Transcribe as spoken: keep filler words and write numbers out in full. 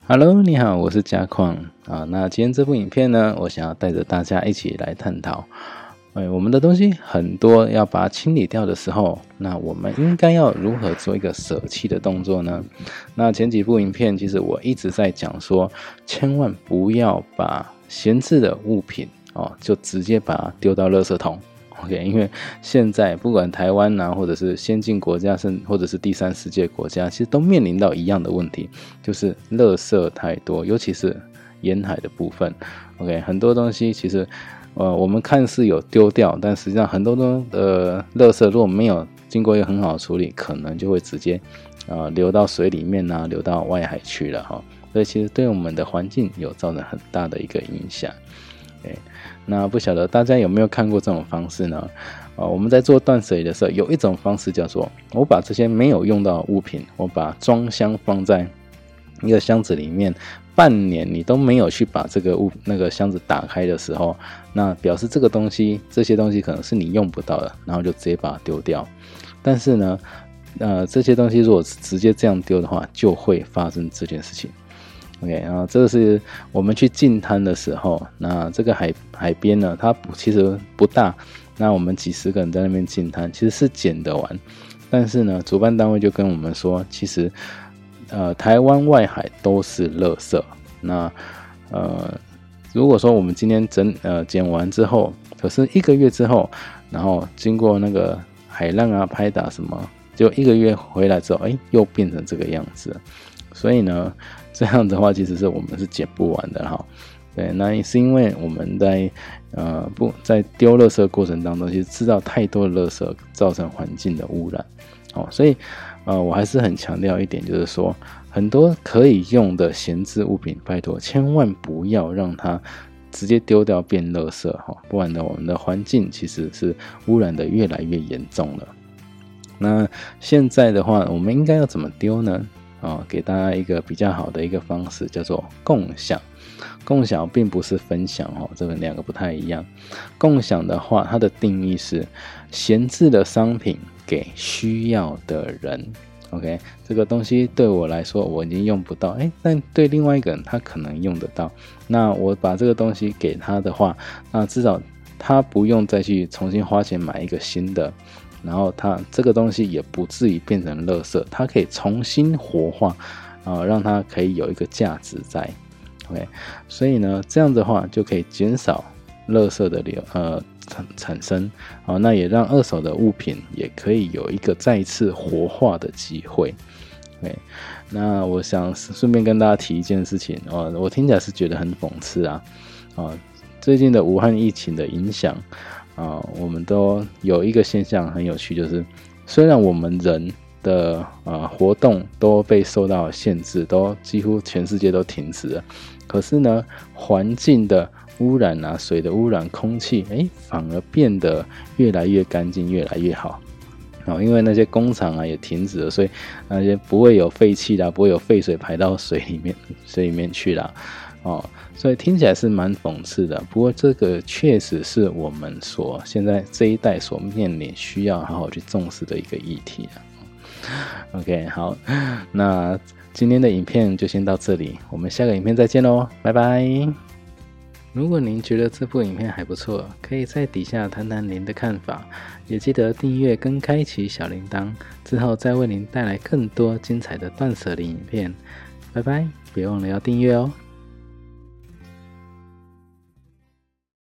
Hello， 你好，我是嘉矿啊。那今天这部影片呢，我想要带着大家一起来探讨，哎，我们的东西很多，要把它清理掉的时候，那我们应该要如何做一个舍弃的动作呢？那前几部影片，其实我一直在讲说，千万不要把闲置的物品哦，就直接把它丢到垃圾桶。OK， 因为现在不管台湾啊，或者是先进国家，甚或者是第三世界国家，其实都面临到一样的问题，就是垃圾太多，尤其是沿海的部分。OK， 很多东西其实，呃，我们看似有丢掉，但实际上很多东的垃圾如果没有经过一个很好的处理，可能就会直接呃流到水里面啊，流到外海去了哈。所以其实对我们的环境有造成很大的一个影响。Okay， 那不晓得大家有没有看过这种方式呢？呃、我们在做断舍离的时候，有一种方式叫做，我把这些没有用到的物品，我把装箱放在一个箱子里面，半年你都没有去把这个物那个箱子打开的时候，那表示这个东西这些东西可能是你用不到的，然后就直接把它丢掉。但是呢，呃，这些东西如果直接这样丢的话，就会发生这件事情。OK， 然后这个是我们去净滩的时候，那这个海海边呢，它不其实不大，那我们几十个人在那边净滩，其实是捡得完，但是呢，主办单位就跟我们说，其实呃台湾外海都是垃圾，那呃如果说我们今天整呃捡完之后，可是一个月之后，然后经过那个海浪啊拍打什么，就一个月回来之后，哎，又变成这个样子了，所以呢。这样的话，其实是我们是捡不完的哈。对，那也是因为我们在呃不在丢垃圾的过程当中，其实制造太多的垃圾，造成环境的污染。哦，所以呃我还是很强调一点，就是说很多可以用的闲置物品，拜托千万不要让它直接丢掉变垃圾哈，不然呢我们的环境其实是污染的越来越严重了。那现在的话，我们应该要怎么丢呢？哦，给大家一个比较好的一个方式，叫做共享。共享并不是分享哦，这个两个不太一样。共享的话，它的定义是闲置的商品给需要的人。OK， 这个东西对我来说我已经用不到，哎，但对另外一个人他可能用得到。那我把这个东西给他的话，那至少他不用再去重新花钱买一个新的。然后它这个东西也不至于变成垃圾，它可以重新活化，呃，让它可以有一个价值在 ，OK， 所以呢，这样的话就可以减少垃圾的流呃产产生，好、哦，那也让二手的物品也可以有一个再次活化的机会。OK， 那我想顺便跟大家提一件事情哦，我听起来是觉得很讽刺啊，哦，最近的武汉疫情的影响。啊、呃，我们都有一个现象很有趣，就是虽然我们人的呃活动都被受到限制，都几乎全世界都停止了，可是呢，环境的污染啊，水的污染，空气，哎，反而变得越来越干净，越来越好。哦，因为那些工厂啊也停止了，所以那些不会有废气啦，不会有废水排到水里面，水里面去啦。哦，所以听起来是蛮讽刺的，不过这个确实是我们所现在这一代所面临需要好好去重视的一个议题啊。OK， 好，那今天的影片就先到这里，我们下个影片再见咯，拜拜。如果您觉得这部影片还不错，可以在底下谈谈您的看法，也记得订阅跟开启小铃铛，之后再为您带来更多精彩的断舍离影片。拜拜，别忘了要订阅哦。